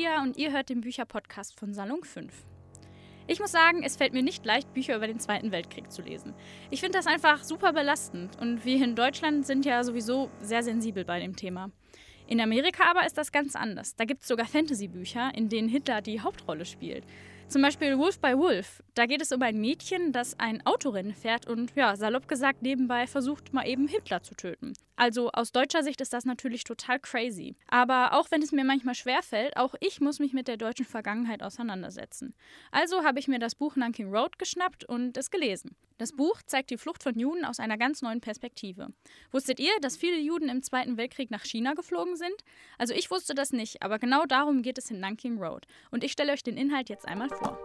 Maria und ihr hört den Bücherpodcast von Salon 5. Ich muss sagen, es fällt mir nicht leicht, Bücher über den Zweiten Weltkrieg zu lesen. Ich finde das einfach super belastend und wir hier in Deutschland sind ja sowieso sehr sensibel bei dem Thema. In Amerika aber ist das ganz anders. Da gibt es sogar Fantasy-Bücher, in denen Hitler die Hauptrolle spielt. Zum Beispiel Wolf by Wolf. Da geht es um ein Mädchen, das ein Autorennen fährt und, salopp gesagt, nebenbei versucht, mal eben Hitler zu töten. Also aus deutscher Sicht ist das natürlich total crazy. Aber auch wenn es mir manchmal schwerfällt, auch ich muss mich mit der deutschen Vergangenheit auseinandersetzen. Also habe ich mir das Buch Nanking Road geschnappt und es gelesen. Das Buch zeigt die Flucht von Juden aus einer ganz neuen Perspektive. Wusstet ihr, dass viele Juden im Zweiten Weltkrieg nach China geflogen sind? Also ich wusste das nicht, aber genau darum geht es in Nanking Road. Und ich stelle euch den Inhalt jetzt einmal vor.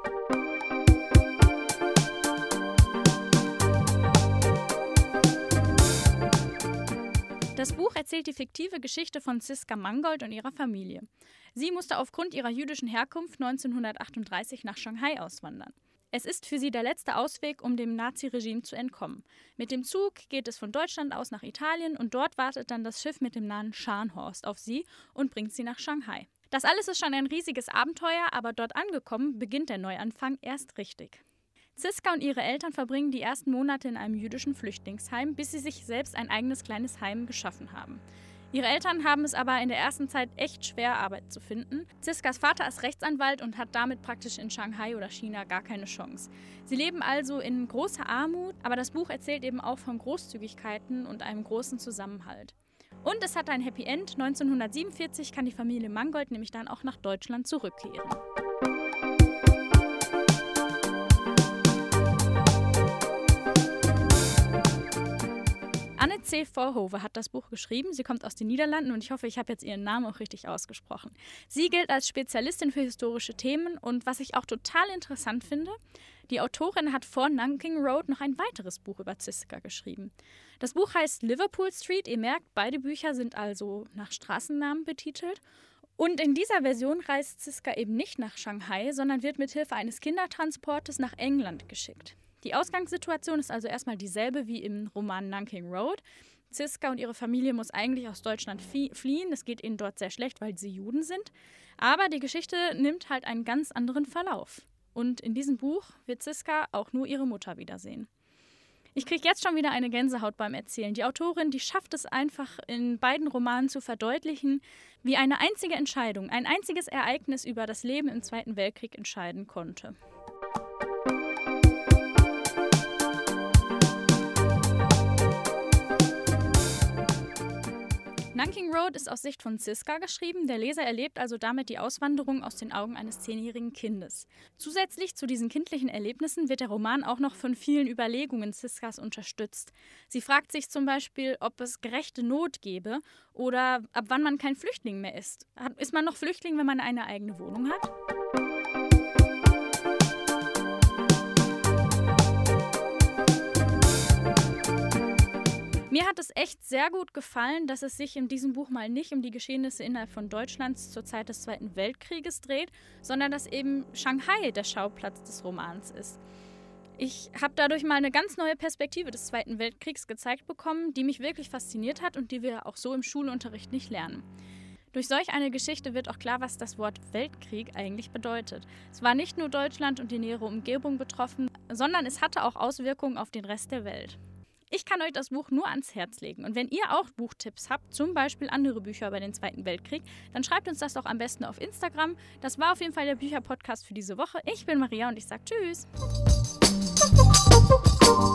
Das Buch erzählt die fiktive Geschichte von Zizka Mangold und ihrer Familie. Sie musste aufgrund ihrer jüdischen Herkunft 1938 nach Shanghai auswandern. Es ist für sie der letzte Ausweg, um dem Naziregime zu entkommen. Mit dem Zug geht es von Deutschland aus nach Italien und dort wartet dann das Schiff mit dem Namen Scharnhorst auf sie und bringt sie nach Shanghai. Das alles ist schon ein riesiges Abenteuer, aber dort angekommen beginnt der Neuanfang erst richtig. Zizka und ihre Eltern verbringen die ersten Monate in einem jüdischen Flüchtlingsheim, bis sie sich selbst ein eigenes kleines Heim geschaffen haben. Ihre Eltern haben es aber in der ersten Zeit echt schwer, Arbeit zu finden. Zizkas Vater ist Rechtsanwalt und hat damit praktisch in Shanghai oder China gar keine Chance. Sie leben also in großer Armut, aber das Buch erzählt eben auch von Großzügigkeiten und einem großen Zusammenhalt. Und es hat ein Happy End. 1947 kann die Familie Mangold nämlich dann auch nach Deutschland zurückkehren. Anne C. Voorhoeve hat das Buch geschrieben. Sie kommt aus den Niederlanden und ich hoffe, ich habe jetzt ihren Namen auch richtig ausgesprochen. Sie gilt als Spezialistin für historische Themen und was ich auch total interessant finde, die Autorin hat vor Nanking Road noch ein weiteres Buch über Zizka geschrieben. Das Buch heißt Liverpool Street. Ihr merkt, beide Bücher sind also nach Straßennamen betitelt. Und in dieser Version reist Zizka eben nicht nach Shanghai, sondern wird mithilfe eines Kindertransportes nach England geschickt. Die Ausgangssituation ist also erstmal dieselbe wie im Roman Nanking Road. Zizka und ihre Familie muss eigentlich aus Deutschland fliehen. Es geht ihnen dort sehr schlecht, weil sie Juden sind. Aber die Geschichte nimmt halt einen ganz anderen Verlauf. Und in diesem Buch wird Zizka auch nur ihre Mutter wiedersehen. Ich kriege jetzt schon wieder eine Gänsehaut beim Erzählen. Die Autorin, die schafft es einfach in beiden Romanen zu verdeutlichen, wie eine einzige Entscheidung, ein einziges Ereignis über das Leben im Zweiten Weltkrieg entscheiden konnte. Nanking Road ist aus Sicht von Zizka geschrieben. Der Leser erlebt also damit die Auswanderung aus den Augen eines 10-jährigen Kindes. Zusätzlich zu diesen kindlichen Erlebnissen wird der Roman auch noch von vielen Überlegungen Zizkas unterstützt. Sie fragt sich zum Beispiel, ob es gerechte Not gäbe oder ab wann man kein Flüchtling mehr ist. Ist man noch Flüchtling, wenn man eine eigene Wohnung hat? Mir hat es echt sehr gut gefallen, dass es sich in diesem Buch mal nicht um die Geschehnisse innerhalb von Deutschlands zur Zeit des Zweiten Weltkrieges dreht, sondern dass eben Shanghai der Schauplatz des Romans ist. Ich habe dadurch mal eine ganz neue Perspektive des Zweiten Weltkriegs gezeigt bekommen, die mich wirklich fasziniert hat und die wir auch so im Schulunterricht nicht lernen. Durch solch eine Geschichte wird auch klar, was das Wort Weltkrieg eigentlich bedeutet. Es war nicht nur Deutschland und die nähere Umgebung betroffen, sondern es hatte auch Auswirkungen auf den Rest der Welt. Ich kann euch das Buch nur ans Herz legen. Und wenn ihr auch Buchtipps habt, zum Beispiel andere Bücher über den Zweiten Weltkrieg, dann schreibt uns das doch am besten auf Instagram. Das war auf jeden Fall der Bücherpodcast für diese Woche. Ich bin Maria und ich sage Tschüss.